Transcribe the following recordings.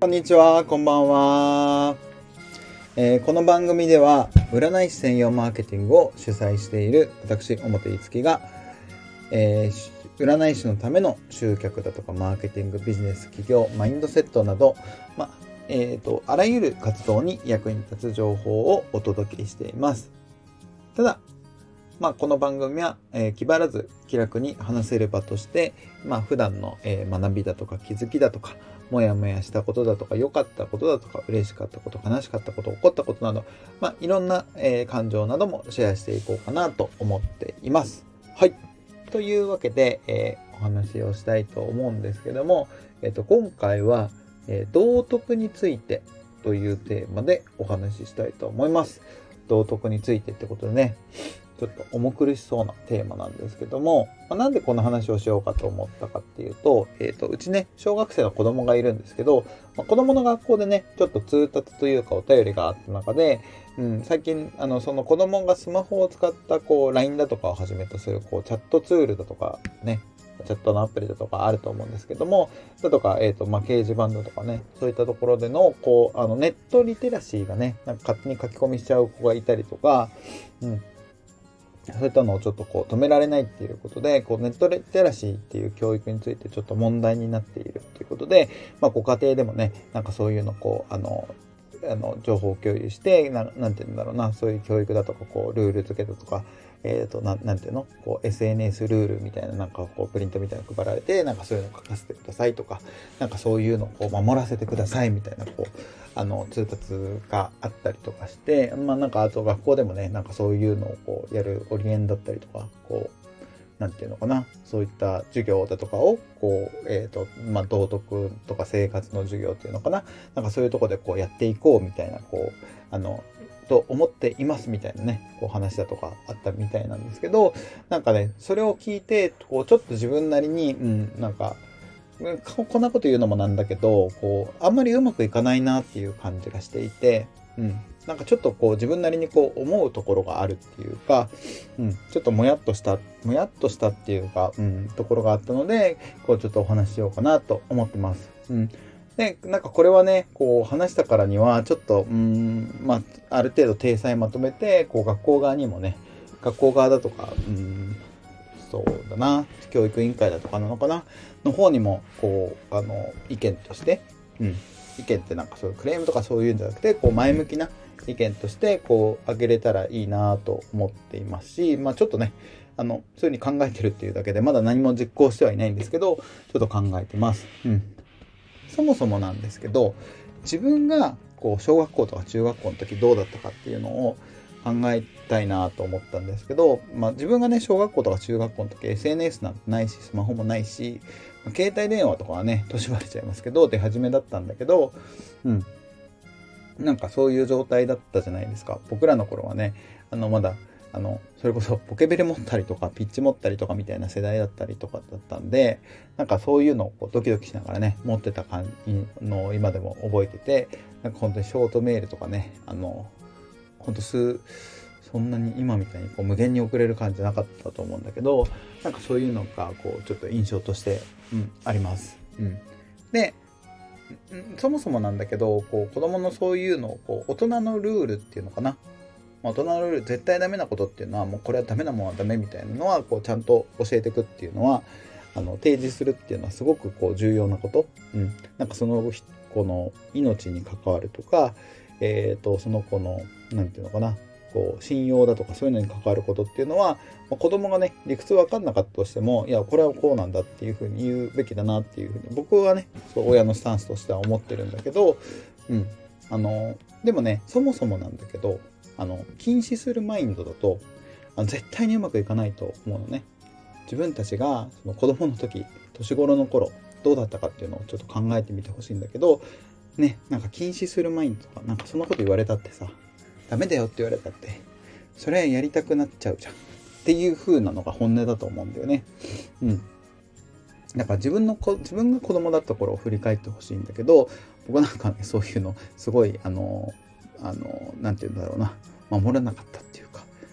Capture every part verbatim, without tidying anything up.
こんにちは、こんばんは、えー、この番組では占い師専用マーケティングを主催している私表いつきが、えー、占い師のための集客だとかマーケティング、ビジネス、企業、マインドセットなど、まあえーと、あらゆる活動に役に立つ情報をお届けしています。ただまあ、この番組は、えー、気張らず気楽に話せる場として、まあ、普段の、えー、学びだとか気づきだとかもやもやしたことだとか良かったことだとか嬉しかったこと悲しかったこと起こったことなど、まあ、いろんな、えー、感情などもシェアしていこうかなと思っています。はい。というわけで、えー、お話をしたいと思うんですけども、えーと、今回は、えー、道徳についてというテーマでお話ししたいと思います。道徳についてってことでね、ちょっと重苦しそうなテーマなんですけども、まあ、なんでこの話をしようかと思ったかっていうと、えっと、うちね、小学生の子供がいるんですけど、まあ、子供の学校でね、ちょっと通達というかお便りがあった中で、うん、最近、あの、その子供がスマホを使った、こう、ライン だとかをはじめとする、こう、チャットツールだとかね、チャットのアプリだとかあると思うんですけども、だとか、えっと、まあ、掲示板だとかね、そういったところでの、こう、あの、ネットリテラシーがね、なんか勝手に書き込みしちゃう子がいたりとか、うん、そういったのをちょっとこう止められないっていうことで、こうネットリテラシーっていう教育についてちょっと問題になっているっていうことで、まあご家庭でもね、なんかそういうのをこう、あの、あの情報共有して、な、なんていうんだろうな、そういう教育だとか、こう、ルール付けだとか、えっと、な、なんていうのこう、エスエヌエス ルールみたいな、なんかこう、プリントみたいなの配られて、なんかそういうの書かせてくださいとか、なんかそういうのをこう、守らせてくださいみたいな、こう、あの、通達があったりとかして、まあなんか、あと学校でもね、なんかそういうのをこう、やるオリエンだったりとか、こう、なんていうのかな、そういった授業だとかを、こう、えっと、まあ、道徳とか生活の授業っていうのかな、なんかそういうとこでこうやっていこうみたいな、こう、あの、と思っていますみたいなね、こう話だとかあったみたいなんですけど、なんかね、それを聞いて、こう、ちょっと自分なりに、うん、なんか、こんなこと言うのもなんだけど、こう、あんまりうまくいかないなっていう感じがしていて、うん。なんかちょっとこう自分なりにこう思うところがあるっていうか、うん、ちょっともやっとした、もやっとしたっていうか、うん、ところがあったので、こうちょっとお話ししようかなと思ってます。うん。で、なんかこれはね、こう話したからには、ちょっと、うん、まあ、ある程度体裁まとめて、こう学校側にもね、学校側だとか、うん、そうだな、教育委員会だとかなのかな、の方にも、こう、あの、意見として、うん、意見ってなんかそういうクレームとかそういうんじゃなくて、こう前向きな意見としてこうあげれたらいいなと思っていますし、まあちょっとね、あのそういう風に考えてるっていうだけでまだ何も実行してはいないんですけど、ちょっと考えてます。うん。そもそもなんですけど、自分がこう小学校とか中学校の時どうだったかっていうのを考えたいなと思ったんですけど、まあ自分がね、小学校とか中学校の時 エスエヌエス なんてないし、スマホもないし、携帯電話とかはね、年バレちゃいますけど、出始めだったんだけど、うん。なんかそういう状態だったじゃないですか。僕らの頃はね、あの、まだ、あの、それこそポケベル持ったりとか、ピッチ持ったりとかみたいな世代だったりとかだったんで、なんかそういうのをこうドキドキしながらね、持ってた感じのを今でも覚えてて、なんか本当にショートメールとかね、あの、本当数、そんなに今みたいにこう無限に送れる感じじゃなかったと思うんだけど、なんかそういうのがこうちょっと印象として、うん、あります。うん。で、そもそもなんだけど、こう子供のそういうのをこう大人のルールっていうのかな、大人のルール、絶対ダメなことっていうのは、もうこれはダメなものはダメみたいなのはこうちゃんと教えていくっていうのは、あの提示するっていうのはすごくこう重要なこと。うん、なんかその子の命に関わるとか、えっとその子のなんていうのかな、こう信用だとかそういうのに関わることっていうのは、まあ、子供がね理屈分かんなかったとしても、いやこれはこうなんだっていうふうに言うべきだなっていうふうに僕はね、そう親のスタンスとしては思ってるんだけど、うん、あのでもね、そもそもなんだけど、あの禁止するマインドだとあの絶対にうまくいかないと思うのね。自分たちがその子供の時、年頃の頃どうだったかっていうのをちょっと考えてみてほしいんだけどね、なんか禁止するマインドとか、なんかそんなこと言われたってさ、ダメだよって言われたって、それはやりたくなっちゃうじゃんっていう風なのが本音だと思うんだよね。うん。だから自分の子、自分が子供だった頃を振り返ってほしいんだけど、僕なんかね、そういうの、すごい、あの、あの、なんて言うんだろうな、守らなかったっていうか、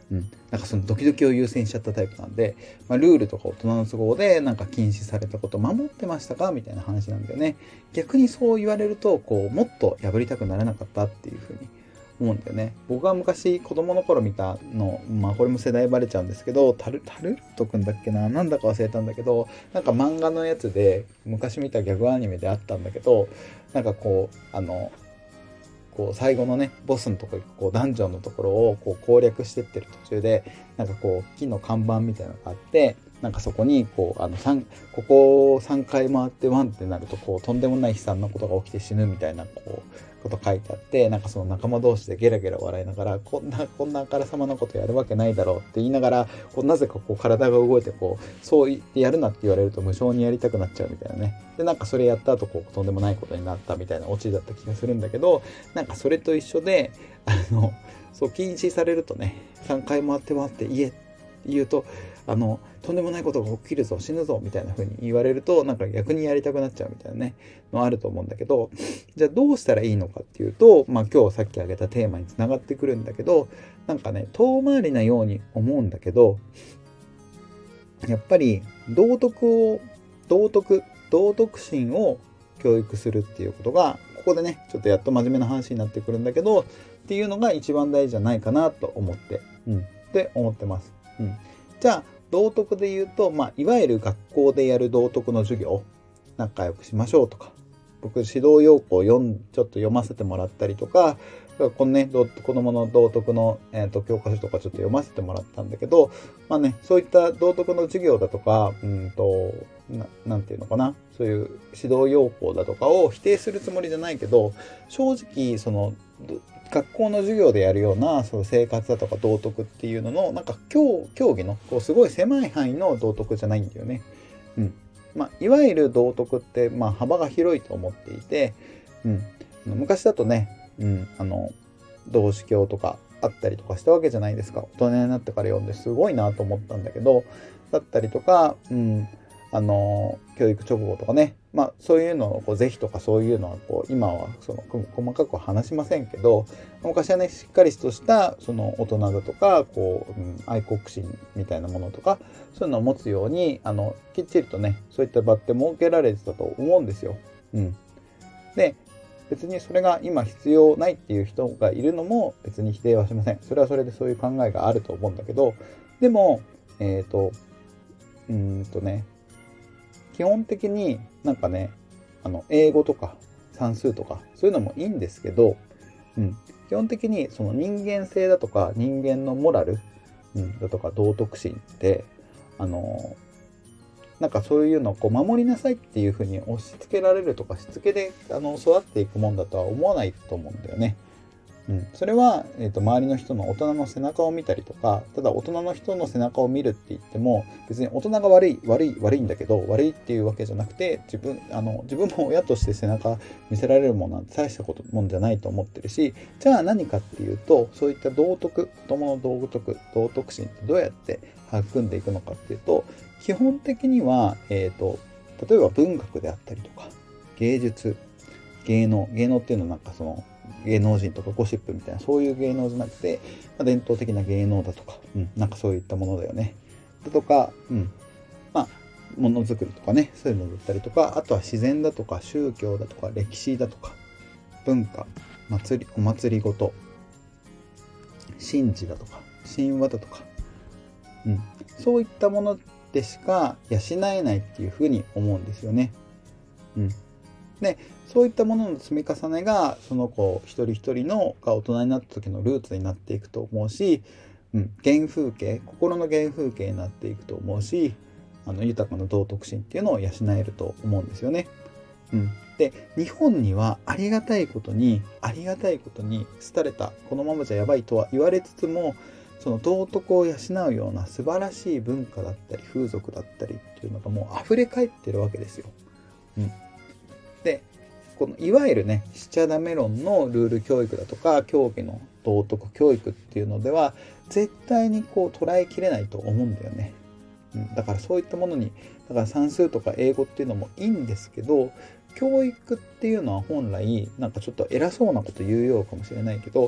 うん、なんかそのドキドキを優先しちゃったタイプなんで、まあ、ルールとか大人の都合でなんか禁止されたこと守ってましたかみたいな話なんだよね。逆にそう言われるとこうもっと破りたくならなかったっていうふうに思うんだよね。僕が昔子供の頃見たの、まあこれも世代バレちゃうんですけど、タルタルトくんだっけな、なんだか忘れたんだけど、なんか漫画のやつで昔見たギャグアニメであったんだけど、なんかこうあのこう最後のねボスのところこうダンジョンのところをこう攻略してってる途中でなんかこう木の看板みたいなのがあって、なんかそこにこうあのここをさんかい回ってワンってなるとこうとんでもない悲惨なことが起きて死ぬみたいなこうこと書いてあって、なんかその仲間同士でゲラゲラ笑いながらこんなこんなあからさまなことやるわけないだろうって言いながらこうなぜかこう体が動いてこうそう言ってやるなって言われると無償にやりたくなっちゃうみたいなね。でなんかそれやった後こうとんでもないことになったみたいなオチだった気がするんだけど、なんかそれと一緒であのそう禁止されるとねさんかい回って回って言え言うとあのとんでもないことが起きるぞ死ぬぞみたいな風に言われるとなんか逆にやりたくなっちゃうみたいなねのあると思うんだけど、じゃあどうしたらいいのかっていうと、まあ今日さっき挙げたテーマにつながってくるんだけど、なんかね遠回りなように思うんだけど、やっぱり道徳を道徳道徳心を教育するっていうことがここでねちょっとやっと真面目な話になってくるんだけどっていうのが一番大事じゃないかなと思って、うん、って思ってます。うん、じゃあ道徳で言うと、まあ、いわゆる学校でやる道徳の授業仲良くしましょうとか、僕指導要項を読んちょっと読ませてもらったりとか、このね子供の道徳の、えー、と教科書とかちょっと読ませてもらったんだけど、まあねそういった道徳の授業だとかうんと な, なんていうのかなそういう指導要項だとかを否定するつもりじゃないけど、正直その学校の授業でやるようなその生活だとか道徳っていうののなんか競技のこうすごい狭い範囲の道徳じゃないんだよね。うんまあ、いわゆる道徳って、まあ、幅が広いと思っていて、うん、昔だとね、うん、あの同志教とかあったりとかしたわけじゃないですか。大人になってから読んですごいなと思ったんだけど、だったりとか、うん、あの教育直後とかね、まあそういうのをこう是非とかそういうのはこう今はその細かくは話しませんけど、昔はねしっかりとしたその大人だとかこう、うん、愛国心みたいなものとかそういうのを持つようにあのきっちりとねそういった場って設けられてたと思うんですよ。うん、で別にそれが今必要ないっていう人がいるのも別に否定はしません。それはそれでそういう考えがあると思うんだけど、でもえっとうーんとね基本的になんかねあの英語とか算数とかそういうのもいいんですけど、うん、基本的にその人間性だとか人間のモラル、うん、だとか道徳心ってあのなんかそういうのをこう守りなさいっていうふうに押し付けられるとかしつけであの育っていくもんだとは思わないと思うんだよね。うん、それは、えーと、周りの人の大人の背中を見たりとか、ただ大人の人の背中を見るって言っても別に大人が悪い悪い悪いんだけど悪いっていうわけじゃなくて、自分あの自分も親として背中見せられるものなんて大したこともんじゃないと思ってるし、じゃあ何かっていうとそういった道徳子供の道徳道徳心ってどうやって育んでいくのかっていうと、基本的には、えーと、例えば文学であったりとか芸術芸能芸能っていうのはなんかその芸能人とかゴシップみたいなそういう芸能じゃなくて、まあ、伝統的な芸能だとか、うん、なんかそういったものだよね。だとか、うん、まあものづくりとかねそういうのだったりとか、あとは自然だとか宗教だとか歴史だとか文化、祭りお祭りごと、神事だとか神話だとか、うん、そういったものでしか養えないっていうふうに思うんですよね。うん、でそういったものの積み重ねがその子一人一人のが大人になった時のルーツになっていくと思うし、うん、原風景心の原風景になっていくと思うし、あの豊かな道徳心っていうのを養えると思うんですよね。うん、で日本にはありがたいことにありがたいことに廃れたこのままじゃやばいとは言われつつも、その道徳を養うような素晴らしい文化だったり風俗だったりっていうのがもう溢れ返ってるわけですよ。うん、でこのいわゆるねしちゃダメ論のルール教育だとか競技の道徳教育っていうのでは絶対にこう捉えきれないと思うんだよね。うん、だからそういったものにだから算数とか英語っていうのもいいんですけど、教育っていうのは本来なんかちょっと偉そうなこと言うようかもしれないけど、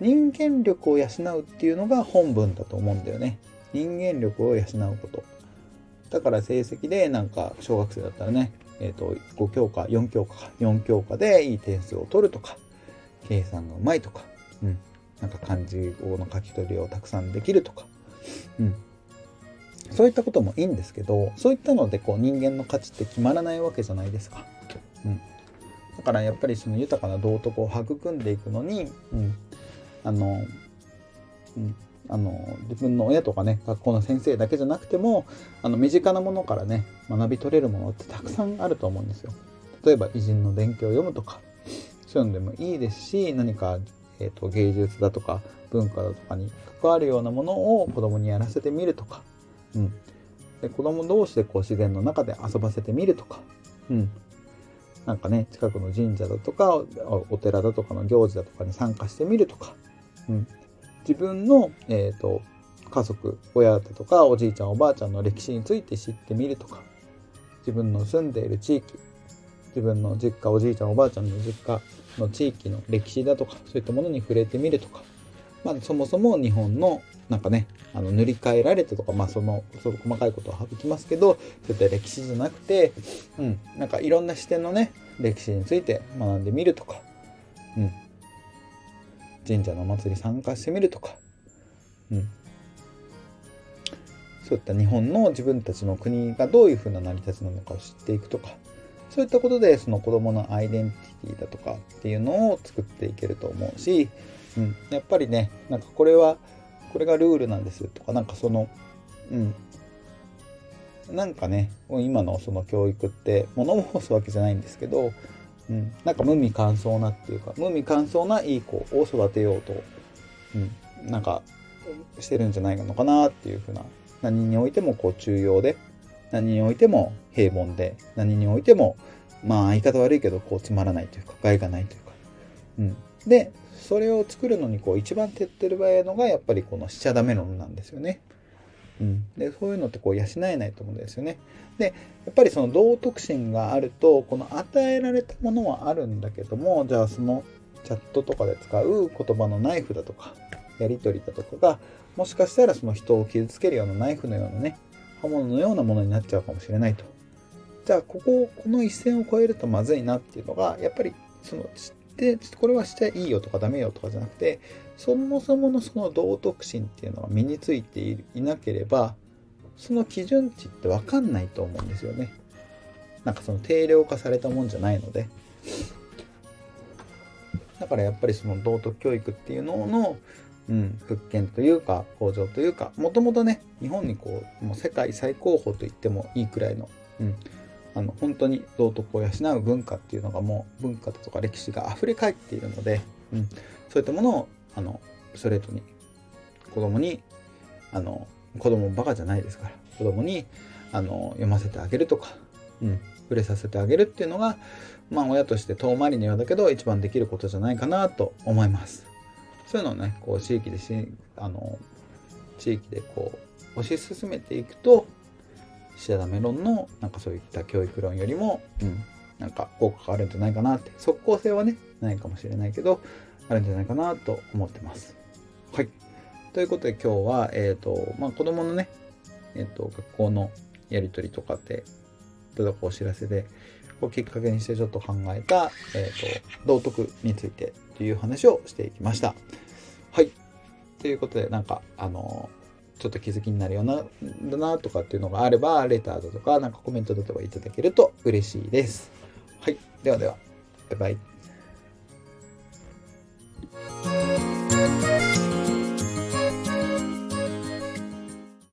人間力を養うっていうのが本分だと思うんだよね。人間力を養うこと。だから成績でなんか小学生だったらね、えっと、ご教科、よん教科か、よん教科でいい点数を取るとか、計算がうまいとか、うん。なんか漢字語の書き取りをたくさんできるとか、うん。そういったこともいいんですけど、そういったのでこう人間の価値って決まらないわけじゃないですか。うん。だからやっぱりその豊かな道徳を育んでいくのに、うん。あの、うん。あの自分の親とかね、学校の先生だけじゃなくても、あの身近なものからね、学び取れるものってたくさんあると思うんですよ。例えば偉人の伝記を読むとか、そういうのでもいいですし、何か、えーと、芸術だとか文化だとかに関わるようなものを子供にやらせてみるとか、うん、で子供同士でこう自然の中で遊ばせてみるとか、うん、なんかね、近くの神社だとかお寺だとかの行事だとかに参加してみるとか、うん、自分の、えーと、家族、親だとかおじいちゃんおばあちゃんの歴史について知ってみるとか、自分の住んでいる地域、自分の実家、おじいちゃんおばあちゃんの実家の地域の歴史だとか、そういったものに触れてみるとか、まあそもそも日本のなんかね、あの塗り替えられてとか、まあそのその細かいことは省きますけど、そういった歴史じゃなくて、うん、なんかいろんな視点のね、歴史について学んでみるとか、うん、神社のお祭り参加してみるとか、うん、そういった日本の自分たちの国がどういうふうな成り立ちなのかを知っていくとか、そういったことでその子供のアイデンティティだとかっていうのを作っていけると思うし、うん、やっぱりね、なんかこれはこれがルールなんですとか、なんかその、うん、なんかね、今のその教育って物申すわけじゃないんですけど、うん、なんか無味乾燥なっていうか、無味乾燥ないい子を育てようと、うん、なんかしてるんじゃないのかなっていうふうな、何においてもこう中庸で、何においても平凡で、何においてもまあ言い方悪いけどこうつまらないというか害がないというか、うん、でそれを作るのにこう一番手っ取り早いのがやっぱりこのしちゃダメ論なんですよね。うん、でそういうのってこう養えないと思うんですよね。でやっぱりその道徳心があると、この与えられたものはあるんだけども、じゃあそのチャットとかで使う言葉のナイフだとかやり取りだとかが、もしかしたらその人を傷つけるようなナイフのようなね、刃物のようなものになっちゃうかもしれないと。じゃあこここの一線を越えるとまずいなっていうのが、やっぱりその知ってこれはしちゃいいよとかダメよとかじゃなくて、そもそものその道徳心っていうのが身についていなければ、その基準値って分かんないと思うんですよね。なんかその定量化されたもんじゃないので、だからやっぱりその道徳教育っていうのの、うん、復権というか向上というか、もともとね、日本にこうもう世界最高峰と言ってもいいくらいの、うん、あの本当に道徳を養う文化っていうのが、もう文化だとか歴史が溢れ返っているので、うん、そういったものをあのストレートに子供に、あの子供バカじゃないですから、子供にあの読ませてあげるとか、うん、触れさせてあげるっていうのが、まあ親として遠回りのようだけど一番できることじゃないかなと思います。そういうのをね、こう地域でしあの地域でこう推し進めていくと、しちゃダメ論のなんかそういった教育論よりも、うん、なんか効果があるんじゃないかなって、即効性はねないかもしれないけどあるんじゃないかなと思ってます。はい。ということで今日はえっ、ー、とまあ子供のねえっ、ー、と学校のやり取りとかって届くお知らせでをきっかけにしてちょっと考えた、えー、と道徳についてという話をしていきました。はい。ということで、なんかあのちょっと気づきになるようなだなとかっていうのがあれば、レターだとかなんかコメントだとかいただけると嬉しいです。はい。ではでは、バイバイ。